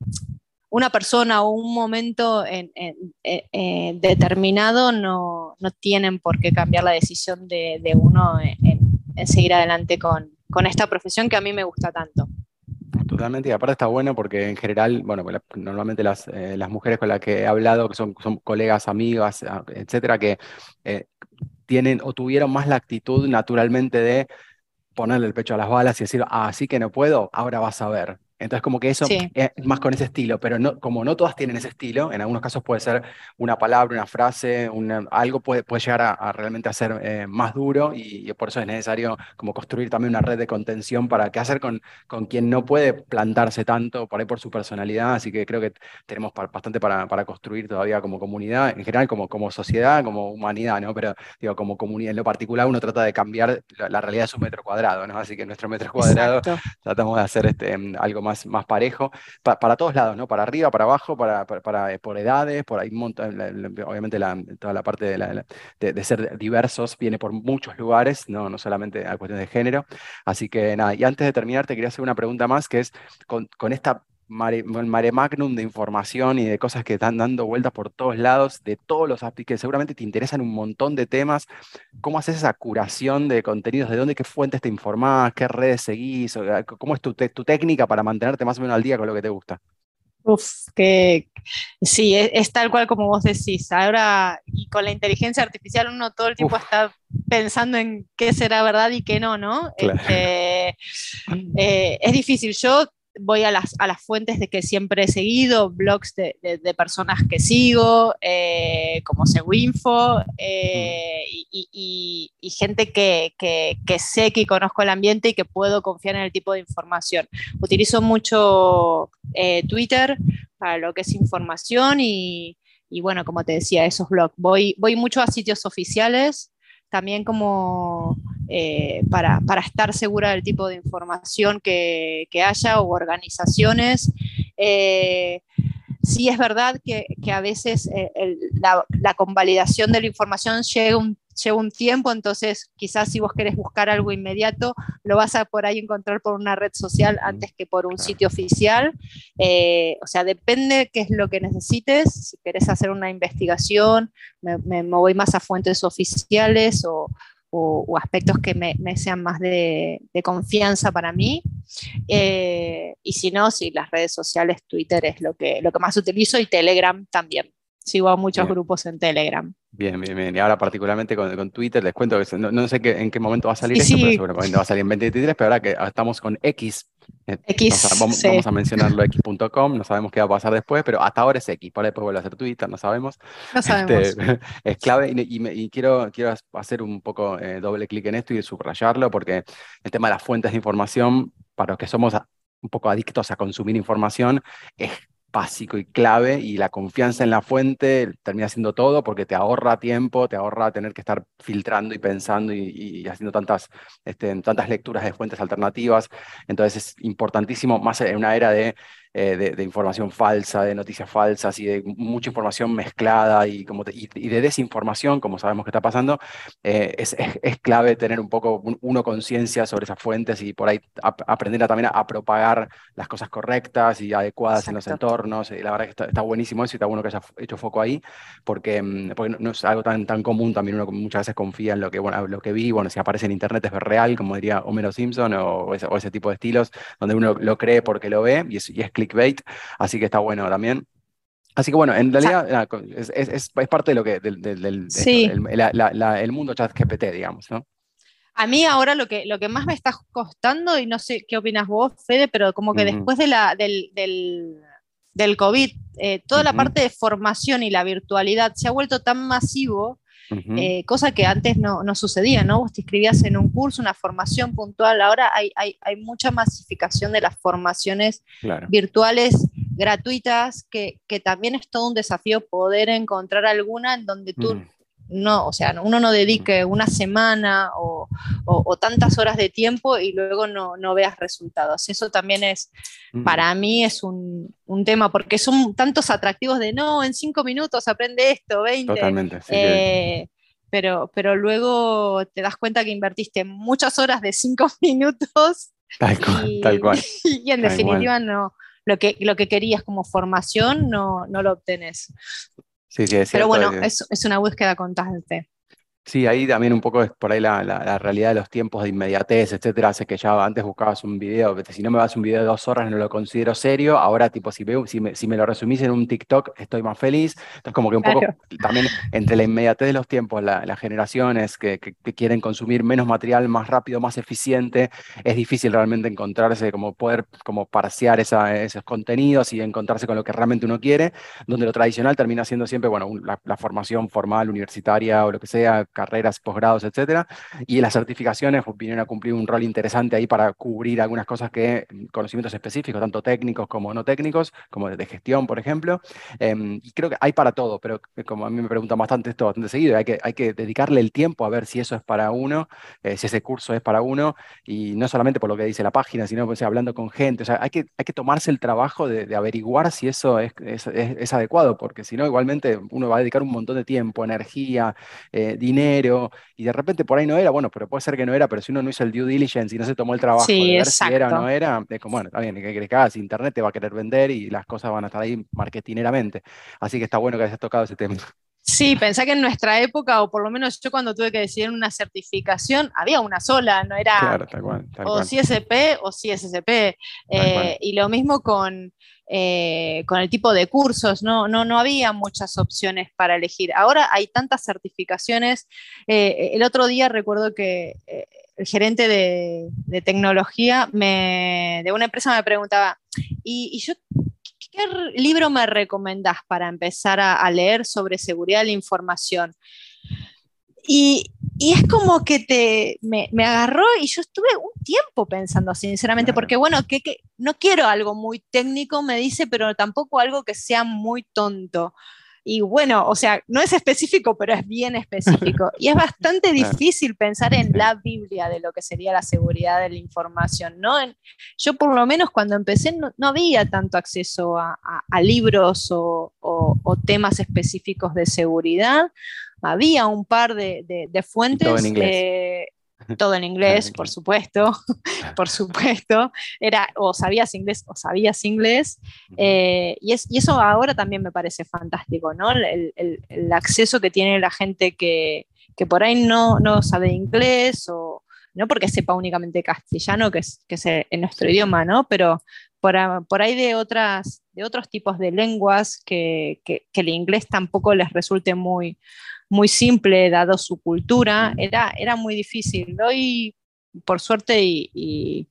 una persona o un momento en, en, en, en determinado no, no, tienen por qué cambiar la decisión de, de uno en, en, seguir adelante con, con esta profesión que a mí me gusta tanto. Totalmente, y aparte está bueno porque en general, bueno, la- normalmente las, eh, las mujeres con las que he hablado, que son, son colegas, amigas, a- etcétera, que eh, tienen o tuvieron más la actitud naturalmente de ponerle el pecho a las balas y decir, ah, así que no puedo, ahora vas a ver. Entonces como que eso Sí. es más con ese estilo, pero no, como no todas tienen ese estilo, en algunos casos puede ser una palabra, una frase, una, algo puede, puede llegar a, a realmente a ser eh, más duro y, y por eso es necesario como construir también una red de contención para qué hacer con, con quien no puede plantarse tanto por ahí por su personalidad, así que creo que tenemos pa- bastante para, para construir todavía como comunidad, en general como, como sociedad, como humanidad, ¿no? Pero digo, como comunidad en lo particular uno trata de cambiar la, la realidad de su metro cuadrado, ¿no? Así que nuestro metro cuadrado Exacto. tratamos de hacer este, algo más, más parejo, pa- para todos lados, ¿no? Para arriba, para abajo, para, para, para, eh, por edades, por ahí un montón, la- la- obviamente la, toda la parte de, la- la- de, de ser diversos viene por muchos lugares, no, no solamente a cuestiones de género. Así que nada, y antes de terminar te quería hacer una pregunta más, que es con, con esta mare, mare magnum de información y de cosas que están dando vueltas por todos lados, de todos los apps que seguramente te interesan un montón de temas. ¿Cómo haces esa curación de contenidos? ¿De dónde, qué fuentes te informás? ¿Qué redes seguís? O, eh, ¿Cómo es tu, te- tu técnica para mantenerte más o menos al día con lo que te gusta? Uf, que sí, es, es tal cual como vos decís. Ahora, y con la inteligencia artificial, uno todo el tiempo Uf, está pensando en qué será verdad y qué no, ¿no? claro. Este, eh, es difícil. Yo voy a las, a las fuentes de que siempre he seguido, blogs de, de- de personas que sigo, eh, como Seguinfo, Mm, eh, y, y- y- y gente que, que- que sé que conozco el ambiente y que puedo confiar en el tipo de información. Utilizo mucho eh, Twitter para lo que es información y, y bueno, como te decía, esos blogs. Voy, voy mucho a sitios oficiales, también como eh, para, para, estar segura del tipo de información que, que haya o organizaciones. Eh, sí es verdad que, que a veces eh, el, la, la, convalidación de la información llega un, lleva un tiempo, entonces quizás si vos querés buscar algo inmediato, lo vas a por ahí encontrar por una red social mm, antes que por un claro. sitio oficial. Eh, o sea, depende qué es lo que necesites. Si querés hacer una investigación, me, me, me voy más a fuentes oficiales o, o, o aspectos que me, me, sean más de, de confianza para mí. Eh, y si no, si las redes sociales, Twitter es lo que, lo que más utilizo y Telegram también. Sigo a muchos Bien. grupos en Telegram. Bien, bien, bien. Y ahora particularmente con, con Twitter, les cuento que se- no, no sé qué, en qué momento va a salir Sí, esto, pero sí, seguramente va a salir en dos mil veintitrés, pero ahora que estamos con X, eh, no sa- X, vamos, sí, vamos a mencionarlo x punto com, no sabemos qué va a pasar después, pero hasta ahora es X, por ahí después vuelve a ser Twitter, no sabemos. no Este, sabemos. es clave y, y me- y quiero, quiero hacer un poco eh, doble clic en esto y subrayarlo, porque el tema de las fuentes de información, para los que somos a- un poco adictos a consumir información, es básico y clave, y la confianza en la fuente termina siendo todo porque te ahorra tiempo, te ahorra tener que estar filtrando y pensando y, y haciendo tantas, este, tantas lecturas de fuentes alternativas. Entonces es importantísimo, más en una era de, eh, de, de información falsa, de noticias falsas y de mucha información mezclada y, como te- y, y de desinformación, como sabemos que está pasando, eh, es, es, es clave tener un poco un- uno conciencia sobre esas fuentes y por ahí ap- aprender a, también a, a propagar las cosas correctas y adecuadas en los Exacto. entornos. Y la verdad que está, está buenísimo eso y está bueno que haya hecho foco ahí, porque, mm, porque no, no es algo tan, tan común. También uno muchas veces confía en lo que, bueno, lo que vi, bueno, si aparece en internet es real, como diría Homero Simpson, o, o ese, o ese tipo de estilos, donde uno lo cree porque lo ve y es, y es clickbait, así que está bueno también. Así que bueno, en realidad nada, es, es, es- es parte de lo que, del, del- del- de esto, Sí, el, la- la- la- el mundo ChatGPT, digamos, ¿no? a mí ahora lo que, lo que más me está costando, y no sé qué opinas vos, Fede, pero como que Ujú, después de la, del, del, del COVID, eh, toda la ujú, parte de formación y la virtualidad se ha vuelto tan masivo, ujú, eh, cosa que antes no, no sucedía, ¿no? Vos te inscribías en un curso, una formación puntual, ahora hay, hay, hay mucha masificación de las formaciones claro. virtuales gratuitas, que, que también es todo un desafío poder encontrar alguna en donde tú Mm, no, o sea, uno no mm, dedique una semana o, o, o tantas horas de tiempo y luego no, no veas resultados. Eso también es, mm. para mí es un, un tema, porque son tantos atractivos de no, en cinco minutos aprende esto, veinte, Totalmente, sí, sí. eh, pero, pero luego te das cuenta que invertiste muchas horas de cinco minutos Tal cual, tal y, cual, y en tal cual. definitiva no, lo que, lo que querías como formación no, no lo obtenés. Sí, sí, es Pero cierto. bueno, eh, es, es una búsqueda constante. Sí, ahí también un poco es por ahí la, la- la realidad de los tiempos de inmediatez, etcétera, hace que ya antes buscabas un video, vete, si no me vas un video de dos horas no lo considero serio, ahora tipo si veo, si me, si me lo resumís en un TikTok estoy más feliz, entonces como que un poco Claro. también entre la inmediatez de los tiempos, la- las generaciones que, que- que quieren consumir menos material, más rápido, más eficiente, es difícil realmente encontrarse, como poder como parsear esa- esos contenidos y encontrarse con lo que realmente uno quiere, donde lo tradicional termina siendo siempre, bueno, un- la, la formación formal, universitaria o lo que sea, carreras, posgrados, etcétera, y las certificaciones pues, vienen a cumplir un rol interesante ahí para cubrir algunas cosas que, conocimientos específicos, tanto técnicos como no técnicos, como de, de gestión, por ejemplo, Em, y creo que hay para todo, pero eh, como a mí me preguntan bastante esto bastante seguido, hay que, hay que dedicarle el tiempo a ver si eso es para uno, eh, si ese curso es para uno, y no solamente por lo que dice la página, sino pues, hablando con gente, o sea, hay que, hay que tomarse el trabajo de, de averiguar si eso es, es, es- es adecuado, porque si no, igualmente uno va a dedicar un montón de tiempo, energía, eh, dinero, y de repente por ahí no era, bueno, pero puede ser que no era, pero si uno no hizo el due diligence y no se tomó el trabajo de Sí, ver si era o no exacto. era, es como, bueno, está bien, ¿qué querés que hagas? Internet te va a querer vender y las cosas van a estar ahí marketineramente. Así que está bueno que hayas tocado ese tema. Sí, pensá que en nuestra época, o por lo menos yo cuando tuve que decidir una certificación, había una sola, no era Claro, tal cual, tal o cual, C S P o C S C P. tal cual. Eh, y lo mismo con, eh, con el tipo de cursos, no, no, no había muchas opciones para elegir. Ahora hay tantas certificaciones. Eh, el otro día recuerdo que eh, el gerente de, de tecnología me, de una empresa me preguntaba, ¿y, y yo qué libro me recomendás para empezar a, a leer sobre seguridad de la información? Y, y es como que te, me, me agarró y yo estuve un tiempo pensando, sinceramente, Claro, porque bueno, que, que no quiero algo muy técnico, me dice, pero tampoco algo que sea muy tonto. Y bueno, o sea, no es específico, pero es bien específico. Y es bastante claro, difícil pensar en sí. la Biblia de lo que sería la seguridad de la información, ¿no? En- yo por lo menos cuando empecé no, no había tanto acceso a, a- a libros o, o- o temas específicos de seguridad. Había un par de, de- de Y todo en fuentes, inglés. eh, todo en inglés, por Claro. supuesto, por supuesto. Era o sabías inglés o sabías inglés. Ujú. eh, y, es, y eso ahora también me parece fantástico, ¿no? El, el- el acceso que tiene la gente que, que por ahí no, no sabe inglés o no porque sepa únicamente castellano, que es, que es el- en nuestro Sí, sí. idioma, ¿no? Pero por, a- por ahí de otras, de otros tipos de lenguas que, que- que el inglés tampoco les resulte muy, muy simple, dado su cultura, Ujú. era, era muy difícil. Hoy, por suerte, y, y,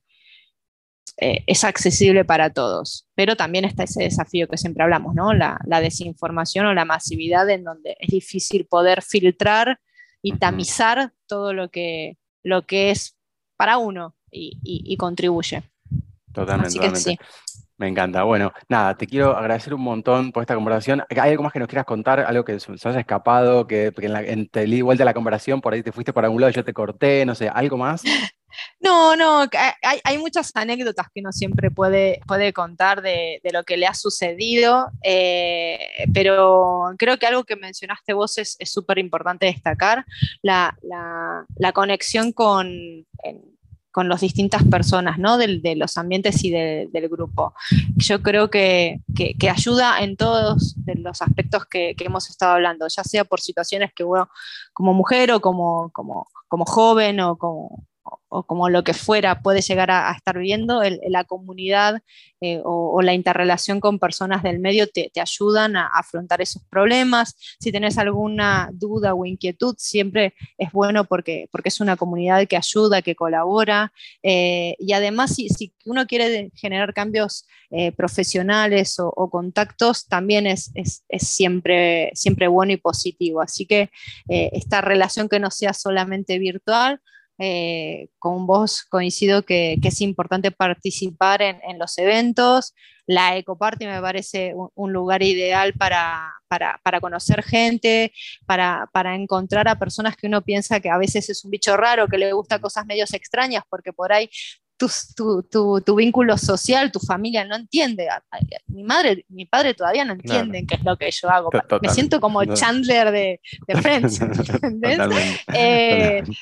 eh, es accesible para todos, pero también está ese desafío que siempre hablamos, ¿no? La, la desinformación o la masividad en donde es difícil poder filtrar y Ujú. tamizar todo lo que, lo que es para uno y, y, y contribuye. Totalmente, Así que totalmente. sí. Me encanta. Bueno, nada, te quiero agradecer un montón por esta conversación. ¿Hay algo más que nos quieras contar? ¿Algo que se se haya escapado? Que, que en la, en, te di vuelta a la conversación, por ahí te fuiste para algún lado y yo te corté, no sé, ¿algo más? No, no, ca- hay, hay muchas anécdotas que uno siempre puede, puede contar de, de lo que le ha sucedido, eh, pero creo que algo que mencionaste vos es es súper importante destacar, la, la- la conexión con, en- con las distintas personas, ¿no? Del- de los ambientes y de- del grupo. Yo creo que, que- que ayuda en todos de los aspectos que, que hemos estado hablando, ya sea por situaciones que uno como mujer o como, como, como joven o como o como lo que fuera puede llegar a, a estar viviendo, el, la comunidad eh, o, o, la interrelación con personas del medio te, te ayudan a, a, afrontar esos problemas. Si tenés alguna duda o inquietud, siempre es bueno porque, porque es una comunidad que ayuda, que colabora. Eh, y además, si, si, uno quiere generar cambios eh, profesionales o, o, contactos, también es, es, es siempre, siempre bueno y positivo. Así que eh, esta relación que no sea solamente virtual, eh, con vos coincido que, que, es importante participar en, en los eventos. La Ecoparty me parece un, un lugar ideal para, para, para conocer gente, para, para encontrar a personas que uno piensa que a veces es un bicho raro, que le gusta cosas medios extrañas, porque por ahí tu, tu, tu, tu vínculo social, tu familia no entiende. Mi madre, mi padre todavía no Claro, entienden qué es lo que yo hago. Me totalmente. siento como No. Chandler de, de Friends, ¿entendés? Totalmente. Eh, Totalmente.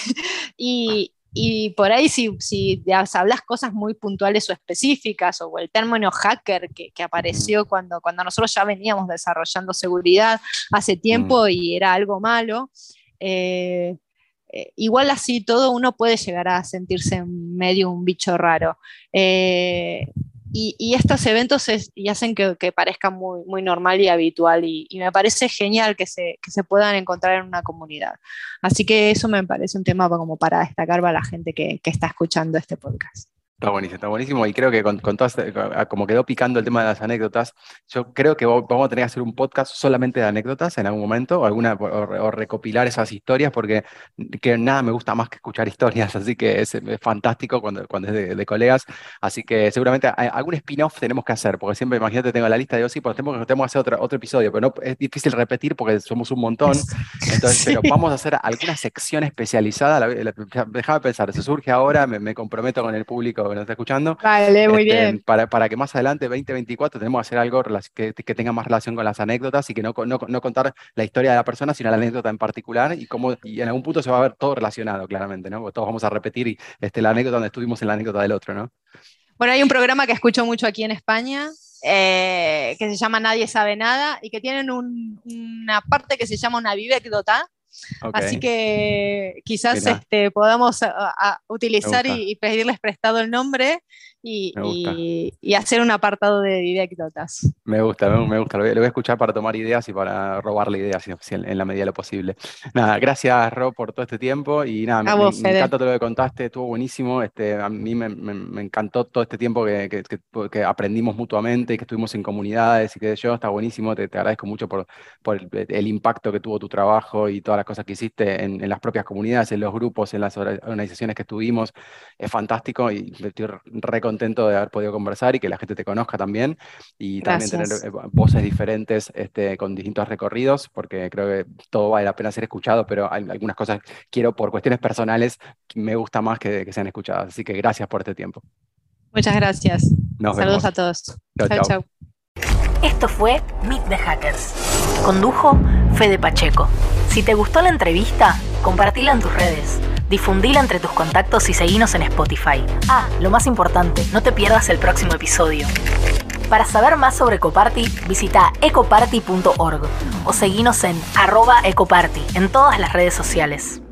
y, y, por ahí si, si hablas cosas muy puntuales o específicas, o el término hacker que, que Ujú. apareció cuando, cuando nosotros ya veníamos desarrollando seguridad hace Mm. tiempo y era algo malo, eh, eh, igual así todo uno puede llegar a sentirse medio un bicho raro. Eh, y, y estos eventos es, y hacen que, que parezca muy, muy normal y habitual, y, y me parece genial que se, que se puedan encontrar en una comunidad. Así que eso me parece un tema como para destacar para la gente que, que está escuchando este podcast. Está buenísimo, está buenísimo. Y creo que con, con todas, como quedó picando el tema de las anécdotas, yo creo que vamos a tener que hacer un podcast solamente de anécdotas en algún momento, o, alguna, o, o recopilar esas historias, porque que nada me gusta más que escuchar historias, así que es, es fantástico cuando, cuando es de, de colegas. Así que seguramente hay, algún spin-off tenemos que hacer, porque siempre, imagínate, tengo la lista de, oh, sí, pues tenemos, tenemos que hacer otro, otro episodio, pero no, es difícil repetir porque somos un montón. Entonces, sí. Pero vamos a hacer alguna sección especializada. La, la, déjame pensar, se surge ahora, me, me comprometo con el público que nos está escuchando. Vale, muy este, bien. Para, para que más adelante, veinte veinticuatro, tenemos que hacer algo que, que tenga más relación con las anécdotas y que no, no, no contar la historia de la persona, sino la anécdota en particular, y, cómo, y en algún punto se va a ver todo relacionado, claramente, ¿no? Porque todos vamos a repetir y, este, la anécdota donde estuvimos en la anécdota del otro, ¿no? Bueno, hay un programa que escucho mucho aquí en España, eh, que se llama Nadie Sabe Nada, y que tienen un, una parte que se llama una vivécdota. Okay. Así que quizás este, podamos a, a utilizar y, y pedirles prestado el nombre y, y, y hacer un apartado de anécdotas. Me gusta, me gusta. Lo voy, lo voy a escuchar para tomar ideas y para robarle ideas en, en la medida de lo posible. Nada, gracias, Ro, por todo este tiempo. Y nada, me, vos, me, me encanta todo lo que contaste, estuvo buenísimo. Este, a mí me, me, me encantó todo este tiempo que, que, que, que aprendimos mutuamente y que estuvimos en comunidades y que yo, está buenísimo. Te, te agradezco mucho por, por el, el impacto que tuvo tu trabajo y todas las cosas que hiciste en, en las propias comunidades, en los grupos, en las organizaciones que estuvimos. Es fantástico y estoy re contento de haber podido conversar y que la gente te conozca también. Y Gracias. También tener voces diferentes este, con distintos recorridos, porque creo que todo vale la pena ser escuchado, pero hay algunas cosas quiero, por cuestiones personales, me gusta más que, que sean escuchadas. Así que gracias por este tiempo. Muchas gracias. Nos Saludos vemos. a todos. Chau, chau. chau. Esto fue Meet the Hackers. Condujo Fede Pacheco. Si te gustó la entrevista, compartila en tus redes, difundila entre tus contactos y seguinos en Spotify. Ah, lo más importante, no te pierdas el próximo episodio. Para saber más sobre Ecoparty, visita ecoparty punto org o seguinos en arroba ecoparty en todas las redes sociales.